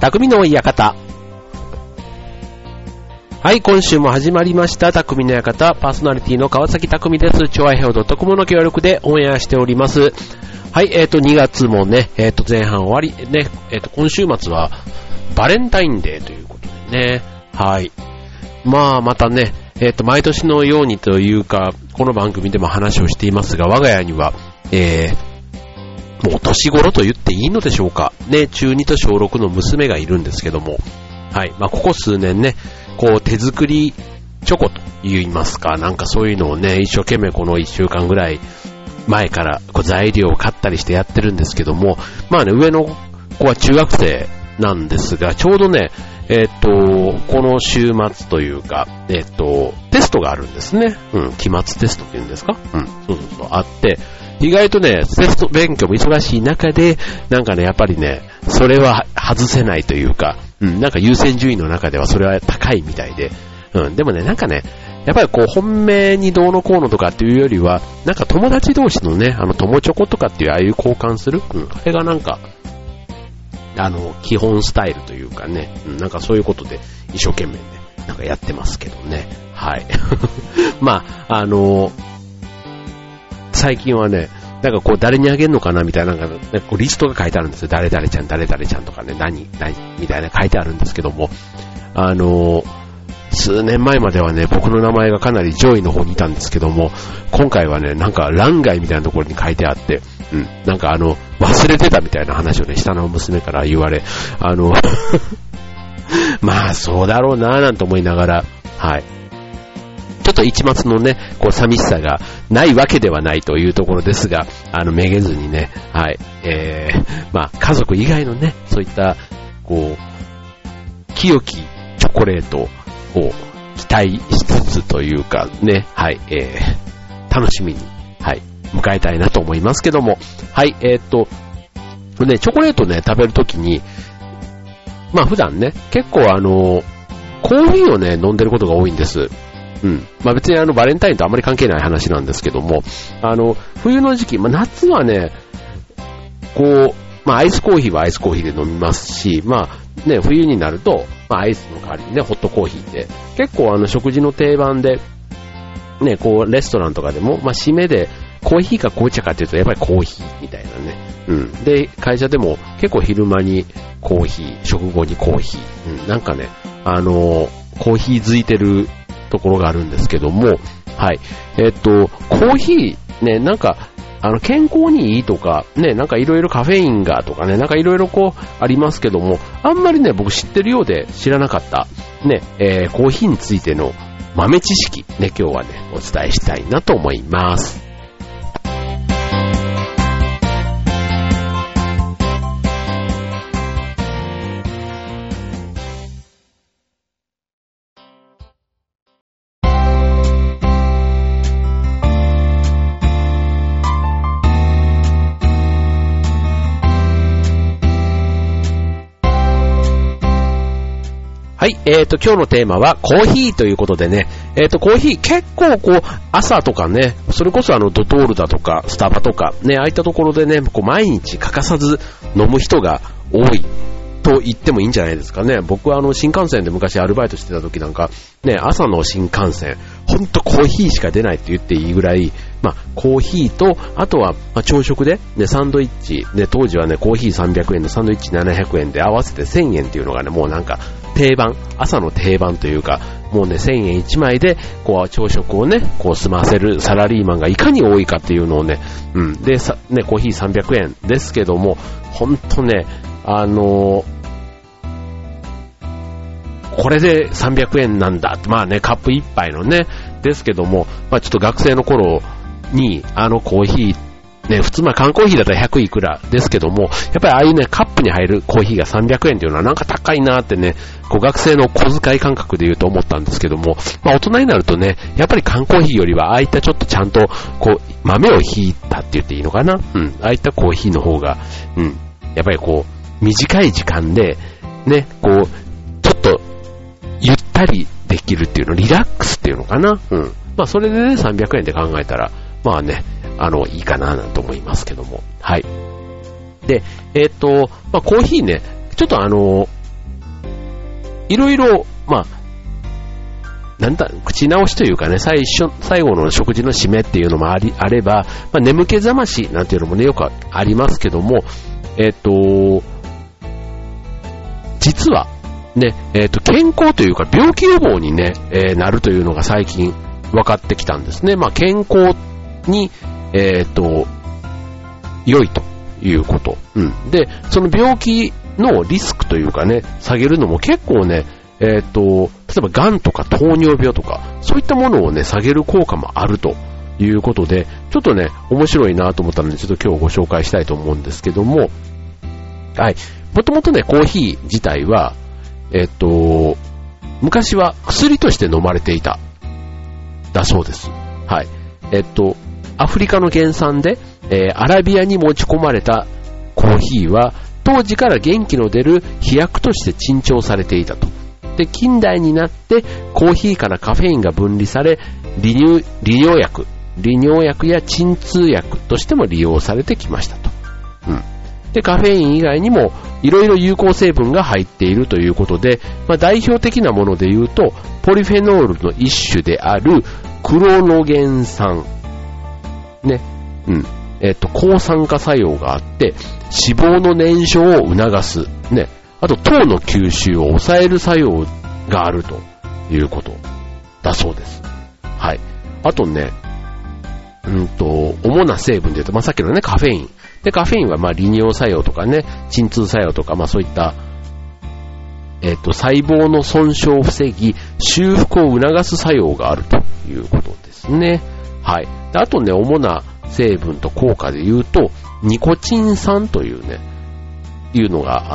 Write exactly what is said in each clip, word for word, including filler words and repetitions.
匠の館。はい、今週も始まりました匠の館、パーソナリティの川崎匠です。超愛ヘオ.comの協力でオンエアしております。はい、えっ、ー、とにがつもね、えっ、ー、と前半終わりね、えっ、ー、と今週末はバレンタインデーということでね、はい、まあまたね、えっ、と毎年のようにというかこの番組でも話をしていますが、我が家には、えーもう年頃と言っていいのでしょうかね、中にと小ろくの娘がいるんですけども、はい、まあここ数年ね、こう手作りチョコと言いますか、なんかそういうのをね、一生懸命このいっしゅうかんぐらい前からこう材料を買ったりしてやってるんですけども、まあね、上の子は中学生なんですが、ちょうどね、えっと、この週末というか、えっと、テストがあるんですね。うん、期末テストって言うんですか？うん、そうそうそう、あって、意外とね、テスト勉強も忙しい中で、なんかね、やっぱりね、それは外せないというか、うん、なんか優先順位の中ではそれは高いみたいで、うん、でもね、なんかね、やっぱりこう、本命にどうのこうのとかっていうよりは、なんか友達同士のね、あの、友チョコとかっていうああいう交換する、うん、あれがなんか、あの、基本スタイルというかね、うん、なんかそういうことで一生懸命ね、なんかやってますけどね、はい。まあ、あの、最近はね、なんかこう誰にあげるのかなみたいな、なんか、ね、こうリストが書いてあるんですよ。誰々ちゃん、誰々ちゃんとかね、何、何、みたいな書いてあるんですけども、あの、数年前まではね、僕の名前がかなり上位の方にいたんですけども、今回はね、なんか欄外みたいなところに書いてあって、うん、なんかあの、忘れてたみたいな話をね、下の娘から言われ、あの、まあそうだろうなぁなんて思いながら、はい。ちょっと一末のね、こう寂しさがないわけではないというところですが、あのめげずにね、はい、えー、まあ家族以外のね、そういったこう清きチョコレートを期待しつつというかね、はい、えー、楽しみにはい迎えたいなと思いますけども、はい、えー、っとね、チョコレートね食べるときに、まあ普段ね、結構あのコーヒーをね飲んでることが多いんです。うん。まあ別にあのバレンタインとあまり関係ない話なんですけども、あの、冬の時期、まあ夏はね、こう、まあアイスコーヒーはアイスコーヒーで飲みますし、まあね、冬になると、まあアイスの代わりにね、ホットコーヒーで、結構あの食事の定番で、ね、こうレストランとかでも、まあ締めで、コーヒーか紅茶かっていうとやっぱりコーヒーみたいなね。うん。で、会社でも結構昼間にコーヒー、食後にコーヒー。うん。なんかね、あの、コーヒーづいてるところがあるんですけども、はい。えっと、コーヒー、ね、なんか、あの、健康にいいとか、ね、なんかいろいろカフェインがとかね、なんかいろいろこう、ありますけども、あんまりね、僕知ってるようで知らなかった、ね、えー、コーヒーについての豆知識、ね、今日はね、お伝えしたいなと思います。はい、えーと、今日のテーマはコーヒーということでね、えーと、コーヒー結構こう、朝とかね、それこそあのドトールだとか、スタバとか、ね、ああいったところでね、こう毎日欠かさず飲む人が多いと言ってもいいんじゃないですかね。僕はあの新幹線で昔アルバイトしてた時なんか、ね、朝の新幹線、ほんとコーヒーしか出ないって言っていいぐらい、まあ、コーヒーと、あとは、まあ、朝食で、ね、サンドイッチ、ね、当時はね、コーヒーさんびゃくえんでサンドイッチななひゃくえんで合わせてせんえんっていうのがね、もうなんか定番、朝の定番というか、もうね、せんえんいちまいで、こう、朝食をね、こう、済ませるサラリーマンがいかに多いかっていうのをね、うん、で、さ、ね、コーヒーさんびゃくえんですけども、ほんとね、あのー、これでさんびゃくえんなんだって、まあね、カップ一杯のね、ですけども、まあちょっと学生の頃に、あのコーヒー、ね、普通まあ缶コーヒーだったらひゃくいくらですけども、やっぱりああいうね、カップに入るコーヒーがさんびゃくえんっていうのはなんか高いなってね、こう学生の小遣い感覚で言うと思ったんですけども、まあ大人になるとね、やっぱり缶コーヒーよりはああいったちょっとちゃんと、こう、豆をひいたって言っていいのかな、うん、ああいったコーヒーの方が、うん、やっぱりこう、短い時間で、ね、こう、ちょっと、ゆったりできるっていうの、リラックスっていうのかな。うん。まあそれでね、さんびゃくえんで考えたら、まあね、あの、いいかななんて思いますけども。はい。で、えっと、まあコーヒーね、ちょっとあの、 いろいろ、まあ、なんだ、口直しというかね、最初、最後の食事の締めっていうのもあり、あれば、まあ、眠気覚ましなんていうのもね、よくありますけども、えっと、実は、ね、えっと、健康というか病気予防にね、えー、なるというのが最近分かってきたんですね。まあ、健康に、えっと、良いということ。うん。で、その病気のリスクというかね、下げるのも結構ね、えっと、例えば癌とか糖尿病とか、そういったものをね、下げる効果もあるということで、ちょっとね、面白いなと思ったので、ちょっと今日ご紹介したいと思うんですけども、はい。もともとね、コーヒー自体は、えっと、昔は薬として飲まれていた、だそうです。はい。えっと、アフリカの原産で、えー、アラビアに持ち込まれたコーヒーは、当時から元気の出る飛薬として珍重されていたと。で、近代になってコーヒーからカフェインが分離され、利尿、利尿薬、利尿薬や鎮痛薬としても利用されてきましたと。うん。で、カフェイン以外にもいろいろ有効成分が入っているということで、まあ、代表的なもので言うと、ポリフェノールの一種であるクロロゲン酸。ね。うん。えっと、抗酸化作用があって、脂肪の燃焼を促す。ね。あと、糖の吸収を抑える作用があるということだそうです。はい。あとね、うんと、主な成分で言うと、まあ、さっきのね、カフェイン。で、カフェインは、まあ、利尿作用とかね、鎮痛作用とか、まあ、そういった、えっと、細胞の損傷を防ぎ、修復を促す作用があるということですね。はい。で、あとね、主な成分と効果で言うと、ニコチン酸というね、いうのがあって、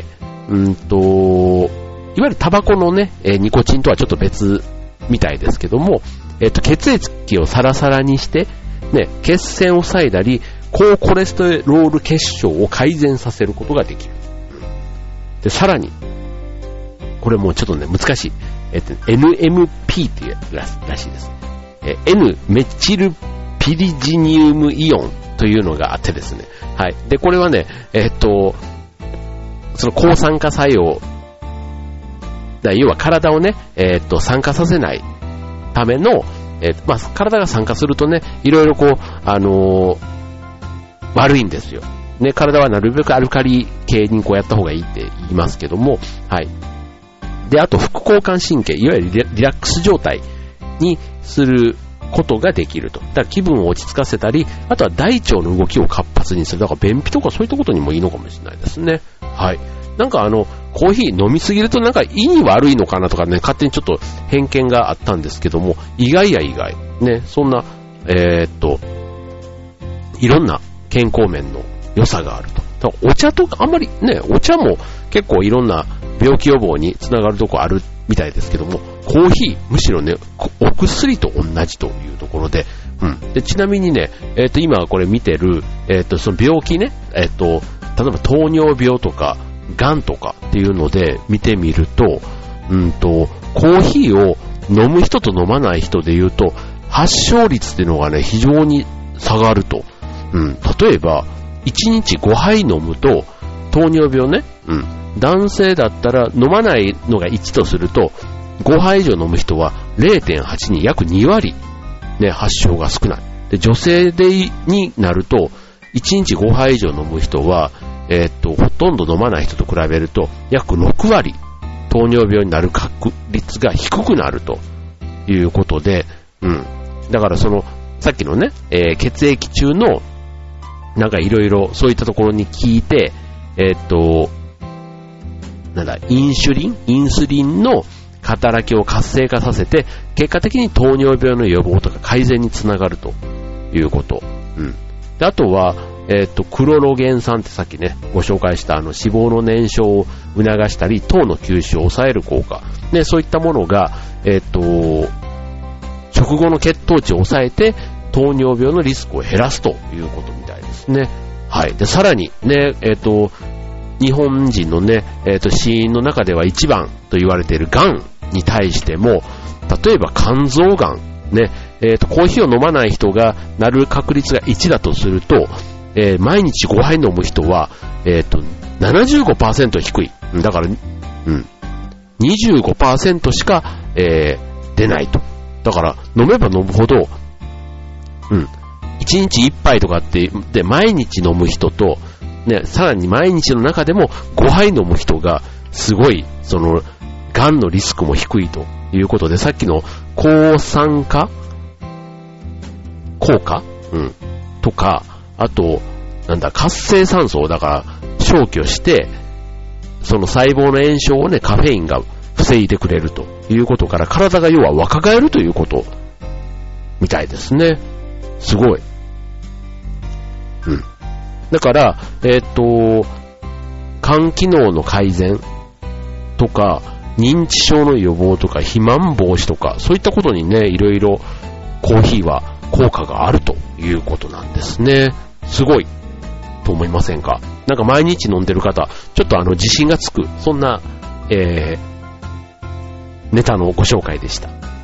うんと、いわゆるタバコのね、えー、ニコチンとはちょっと別みたいですけども、えっと、血液をサラサラにして、ね、血栓を塞いだり、高コレステロール結晶を改善させることができる。で、さらに、これもうちょっとね、難しい。えっと、エヌエムピー っていうらしいです。え、N メチルピリジニウムイオンというのがあってですね。はい。で、これはね、えっと、その抗酸化作用、だ要は体をね、えっと、酸化させないための、えっと、まあ、体が酸化するとね、いろいろこう、あのー、悪いんですよ。ね、体はなるべくアルカリ系にこうやった方がいいって言いますけども、はい。で、あと副交感神経、いわゆるリラックス状態にすることができると。だから気分を落ち着かせたり、あとは大腸の動きを活発にする。だから便秘とかそういったことにもいいのかもしれないですね。はい。なんかあの、コーヒー飲みすぎるとなんか胃に悪いのかなとかね、勝手にちょっと偏見があったんですけども、意外や意外。ね、そんな、えー、っと、いろんな健康面の良さがあると。だからお茶とか、あんまりね、お茶も結構いろんな病気予防につながるとこあるみたいですけども、コーヒー、むしろね、お薬と同じというところで、うん。で、ちなみにね、えっと、今これ見てる、えっと、その病気ね、えっと、例えば糖尿病とか、癌とかっていうので見てみると、うんと、コーヒーを飲む人と飲まない人で言うと、発症率っていうのがね、非常に差があると。うん。例えば、いちにちごはい飲むと、糖尿病ね、うん。男性だったら飲まないのがいちとすると、ごはい以上飲む人は れいてんはち に約に割、ね、発症が少ない。で、女性でになると、いちにちごはい以上飲む人は、えー、っと、ほとんど飲まない人と比べると、約ろく割、糖尿病になる確率が低くなるということで、うん。だからその、さっきのね、えー、血液中の、なんかいろいろそういったところに効いて、えー、っと、なんだ、インシュリンインスリンの働きを活性化させて、結果的に糖尿病の予防とか改善につながるということ。うん。で、あとは、えっと、クロロゲン酸ってさっきね、ご紹介したあの脂肪の燃焼を促したり、糖の吸収を抑える効果。ね、そういったものが、えっと、食後の血糖値を抑えて、糖尿病のリスクを減らすということみたいですね。はい。で、さらにね、えっと、日本人のね、えっと、死因の中では一番と言われている癌に対しても、例えば肝臓癌、ね、えっと、コーヒーを飲まない人がなる確率がいちだとすると、えー、毎日ごはい飲む人は、えっと、ななじゅうごパーセント 低い。だから、うん。 にじゅうごパーセント しか、えー、出ないと。だから飲めば飲むほど、うん、いちにちいっぱいとかってで毎日飲む人と、ね、さらに毎日の中でもごはい飲む人がすごいそのがんのリスクも低いということで、さっきの抗酸化効果、うん、とか、あとなんだ活性酸素をだから消去してその細胞の炎症をねカフェインが防いでくれるということから、体が要は若返るということみたいですね。すごい。うん。だから、えっと、肝機能の改善とか、認知症の予防とか、肥満防止とか、そういったことにね、いろいろコーヒーは効果があるということなんですね。すごいと思いませんか？なんか毎日飲んでる方、ちょっとあの自信がつく、そんな、えー、ネタのご紹介でした。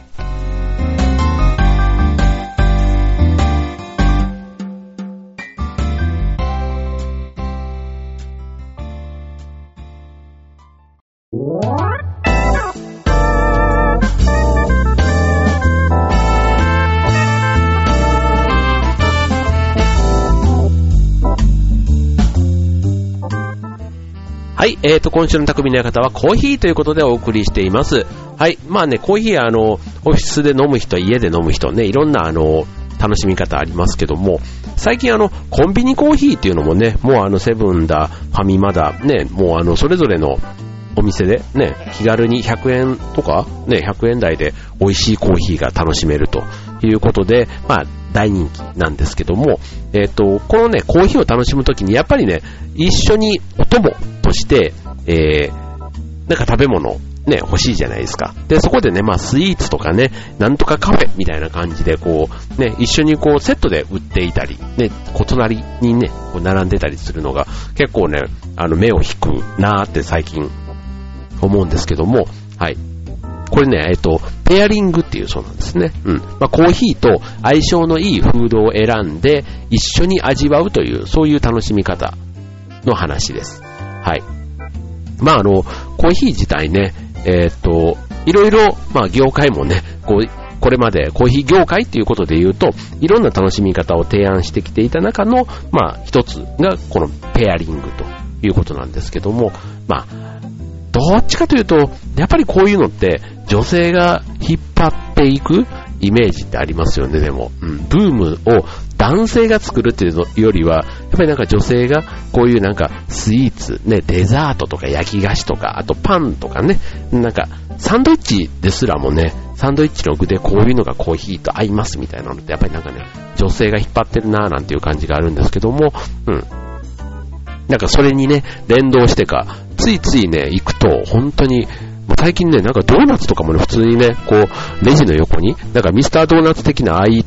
はい、えーと、今週の匠の館はコーヒーということでお送りしています。はい、まあね、コーヒーはあの、オフィスで飲む人、家で飲む人ね、いろんなあの、楽しみ方ありますけども、最近あの、コンビニコーヒーっていうのもね、もうあの、セブンだ、ファミマだ、ね、もうあの、それぞれのお店でね、気軽にひゃくえんとか、ね、ひゃくえん台で美味しいコーヒーが楽しめるということで、まあ、大人気なんですけども、えっと、このね、コーヒーを楽しむときに、やっぱりね、一緒にお供として、えー、なんか食べ物、ね、欲しいじゃないですか。で、そこでね、まあ、スイーツとかね、なんとかカフェみたいな感じで、こう、ね、一緒にこう、セットで売っていたり、ね、お隣にね、こう並んでたりするのが、結構ね、あの、目を引くなーって最近、思うんですけども、はい。これね、えっと、ペアリングっていうそうなんですね。うん。まあ、コーヒーと相性のいいフードを選んで、一緒に味わうという、そういう楽しみ方の話です。はい。まあ、あの、コーヒー自体ね、えっと、いろいろ、まあ、業界もね、こう、これまでコーヒー業界っていうことで言うと、いろんな楽しみ方を提案してきていた中の、まあ、一つが、このペアリングということなんですけども、まあ、どっちかというと、やっぱりこういうのって女性が引っ張っていくイメージってありますよね、でも。うん、ブームを男性が作るっていうのよりは、やっぱりなんか女性がこういうなんかスイーツ、ね、デザートとか焼き菓子とか、あとパンとかね、なんかサンドイッチですらもね、サンドイッチの具でこういうのがコーヒーと合いますみたいなのって、やっぱりなんかね、女性が引っ張ってるなーなんていう感じがあるんですけども、うん。なんかそれにね、連動してか、ついついね、行くと、本当に、最近ね、なんかドーナツとかもね、普通にね、こう、レジの横に、なんかミスタードーナツ的なああいった、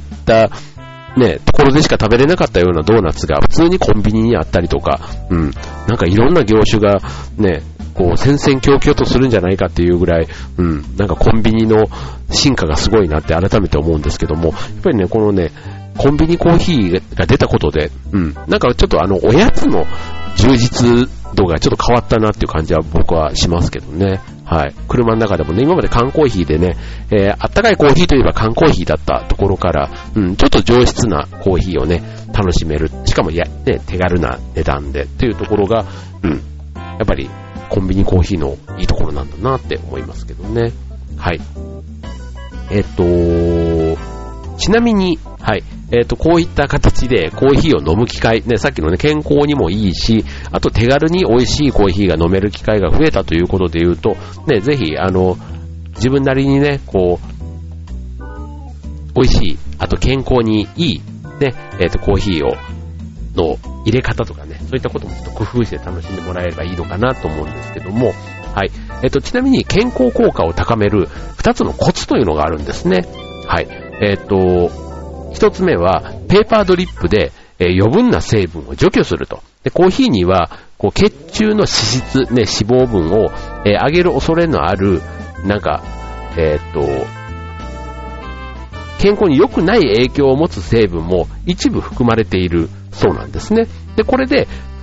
ね、ところでしか食べれなかったようなドーナツが普通にコンビニにあったりとか、うん、なんかいろんな業種がね、こう、戦々恐々とするんじゃないかっていうぐらい、うん、なんかコンビニの進化がすごいなって改めて思うんですけども、やっぱりね、このね、コンビニコーヒーが出たことで、うん、なんかちょっとあの、おやつの充実度がちょっと変わったなっていう感じは僕はしますけどね。はい。車の中でもね、今まで缶コーヒーでね、えー、あったかいコーヒーといえば缶コーヒーだったところから、うん、ちょっと上質なコーヒーをね、楽しめる。しかもや、ね、手軽な値段でっていうところが、うん、やっぱりコンビニコーヒーのいいところなんだなって思いますけどね。はい。えっと、ちなみに、はい。えっと、こういった形でコーヒーを飲む機会、ね、さっきのね、健康にもいいし、あと手軽に美味しいコーヒーが飲める機会が増えたということで言うと、ね、ぜひ、あの、自分なりにね、こう、美味しい、あと健康にいい、ね、えっと、コーヒーを、の入れ方とかね、そういったこともちょっと工夫して楽しんでもらえればいいのかなと思うんですけども、はい。えっと、ちなみに健康効果を高める二つのコツというのがあるんですね。はい。えっと、一つ目は、ペーパードリップで、えー、余分な成分を除去すると。で、コーヒーには、こう、血中の脂質、ね、脂肪分を、えー、上げる恐れのある、なんか、えー、っと、健康に良くない影響を持つ成分も一部含まれているそうなんですね。で、これで、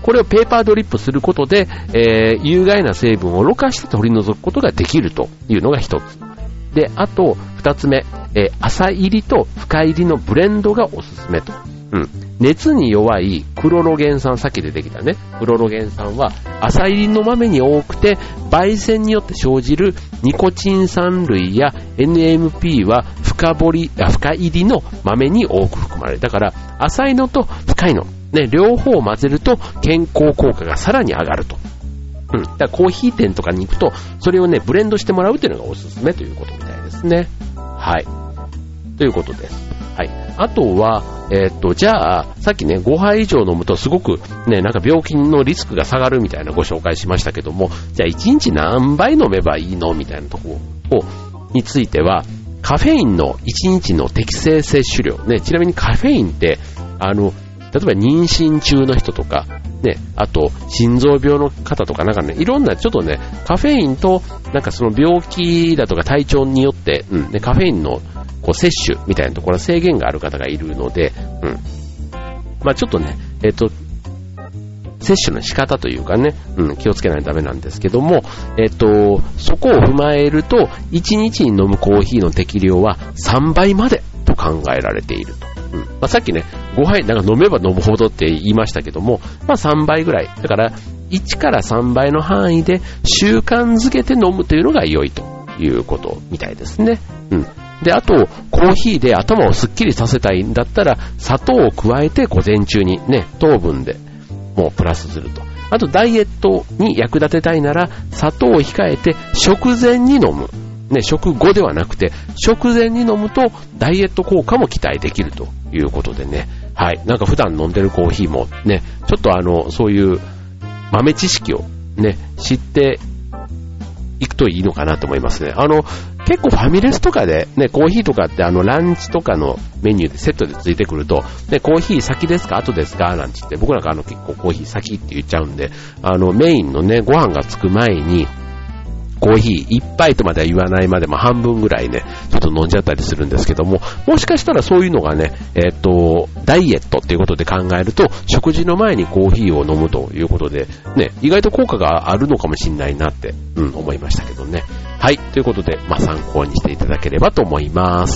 これをペーパードリップすることで、えー、有害な成分をろ過して取り除くことができるというのが一つ。で、あと二つ目、えー、浅入りと深入りのブレンドがおすすめと。うん。熱に弱いクロロゲン酸、さっき出てきたね、クロロゲン酸は浅入りの豆に多くて、焙煎によって生じるニコチン酸類や エヌエムピー は深掘り、あ、深入りの豆に多く含まれる。だから浅いのと深いの、ね、両方を混ぜると健康効果がさらに上がると。うん。だからコーヒー店とかに行くと、それをね、ブレンドしてもらうっていうのがおすすめということみたいですね。はい。ということです。はい。あとは、えー、っと、じゃあ、さっきね、ごはい以上飲むとすごくね、なんか病気のリスクが下がるみたいなご紹介しましたけども、じゃあいちにち何杯飲めばいいのみたいなところを、については、カフェインのいちにちの適正摂取量。ね、ちなみにカフェインって、あの、例えば妊娠中の人とか、ね、あと心臓病の方とかなんかね、いろんなちょっとね、カフェインとなんかその病気だとか体調によって、うんね、カフェインのこう摂取みたいなところ制限がある方がいるので、うん、まあちょっとね、えっと摂取の仕方というかね、うん、気をつけないとダメなんですけども、えっとそこを踏まえるといちにちに飲むコーヒーの適量はさんばいまでと考えられていると。うんまあ、さっきね、ごはいなんか飲めば飲むほどって言いましたけども、まあさんばいぐらい。だからいちからさんばいの範囲で習慣づけて飲むというのが良いということみたいですね。うん。で、あと、コーヒーで頭をスッキリさせたいんだったら、砂糖を加えて午前中にね、糖分でもうプラスすると。あと、ダイエットに役立てたいなら、砂糖を控えて食前に飲む。ね、食後ではなくて、食前に飲むとダイエット効果も期待できるということでね。はい。なんか普段飲んでるコーヒーもね、ちょっとあの、そういう豆知識をね、知っていくといいのかなと思いますね。あの、結構ファミレスとかでね、コーヒーとかってあのランチとかのメニューでセットでついてくると、ね、コーヒー先ですか後ですかなんて言って、僕なんかあの結構コーヒー先って言っちゃうんで、あのメインのね、ご飯がつく前に、コーヒー一杯とまでは言わないまでも半分ぐらいね、ちょっと飲んじゃったりするんですけども、もしかしたらそういうのがね、えっと、ダイエットっていうことで考えると、食事の前にコーヒーを飲むということで、ね、意外と効果があるのかもしれないなって、うん、思いましたけどね。はい、ということで、まあ、参考にしていただければと思います。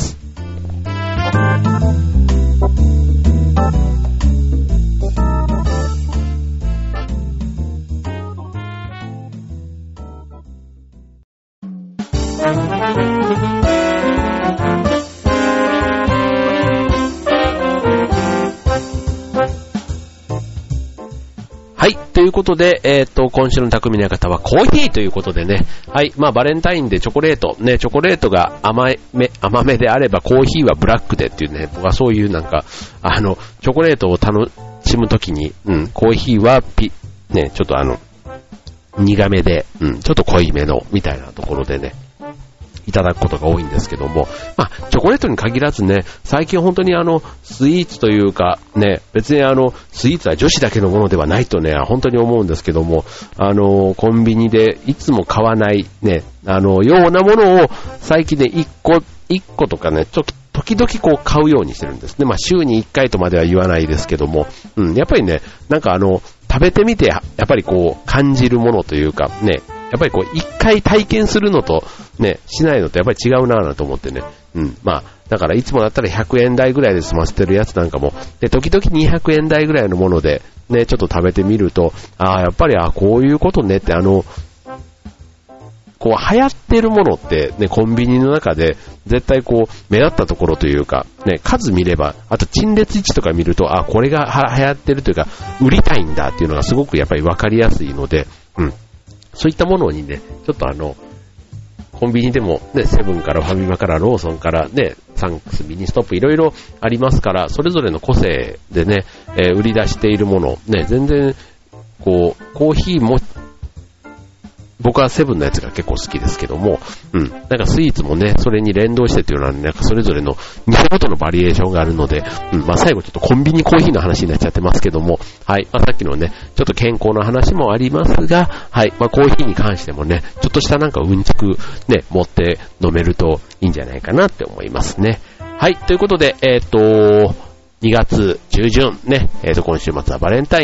はい。ということで、えっと、今週の匠の館はコーヒーということでね。はい。まあ、バレンタインでチョコレート。ね、チョコレートが甘め、甘めであればコーヒーはブラックでっていうね、僕はそういうなんか、あの、チョコレートを楽しむときに、うん、コーヒーはピ、ね、ちょっとあの、苦めで、うん、ちょっと濃いめの、みたいなところでね、いただくことが多いんですけども、まあ、チョコレートに限らずね、最近本当にあの、スイーツというか、ね、別にあの、スイーツは女子だけのものではないとね、本当に思うんですけども、あの、コンビニでいつも買わない、ね、あの、ようなものを最近でいっこ、いっことかね、ちょっと、時々こう買うようにしてるんですね。まあ、週にいっかいとまでは言わないですけども、うん、やっぱりね、なんかあの、食べてみて、やっぱりこう、感じるものというか、ね、やっぱりこう、一回体験するのと、ね、しないのとやっぱり違うなぁなと思ってね。うん。まあ、だからいつもだったらひゃくえん台ぐらいで済ませてるやつなんかも、で、時々にひゃくえん台ぐらいのもので、ね、ちょっと食べてみると、ああ、やっぱり、あこういうことねって、あの、こう、流行ってるものって、ね、コンビニの中で、絶対こう、目立ったところというか、ね、数見れば、あと陳列位置とか見ると、あこれがは流行ってるというか、売りたいんだっていうのがすごくやっぱりわかりやすいので、うん。そういったものにね、ちょっとあの、コンビニでもね、セブンからファミマからローソンからね、サンクス、ミニストップいろいろありますから、それぞれの個性でね、えー、売り出しているもの、ね、全然、こう、コーヒーも、僕はセブンのやつが結構好きですけども、うん。なんかスイーツもね、それに連動してっていうのは、なんかそれぞれの店ごとのバリエーションがあるので、うん。まあ最後ちょっとコンビニコーヒーの話になっちゃってますけども、はい。まあさっきのね、ちょっと健康の話もありますが、はい。まあコーヒーに関してもね、ちょっとしたなんかうんちくね、持って飲めるといいんじゃないかなって思いますね。はい。ということで、えっと、にがつ中旬ね、えっと今週末はバレンタイン、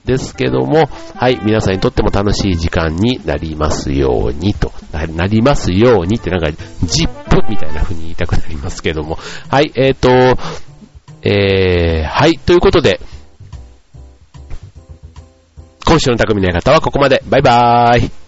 ですけども、はい、皆さんにとっても楽しい時間になりますようにと、なりますようにってなんか、ジップみたいな風に言いたくなりますけども、はい、えーと、えー、はい、ということで、今週の匠の館はここまで。バイバーイ。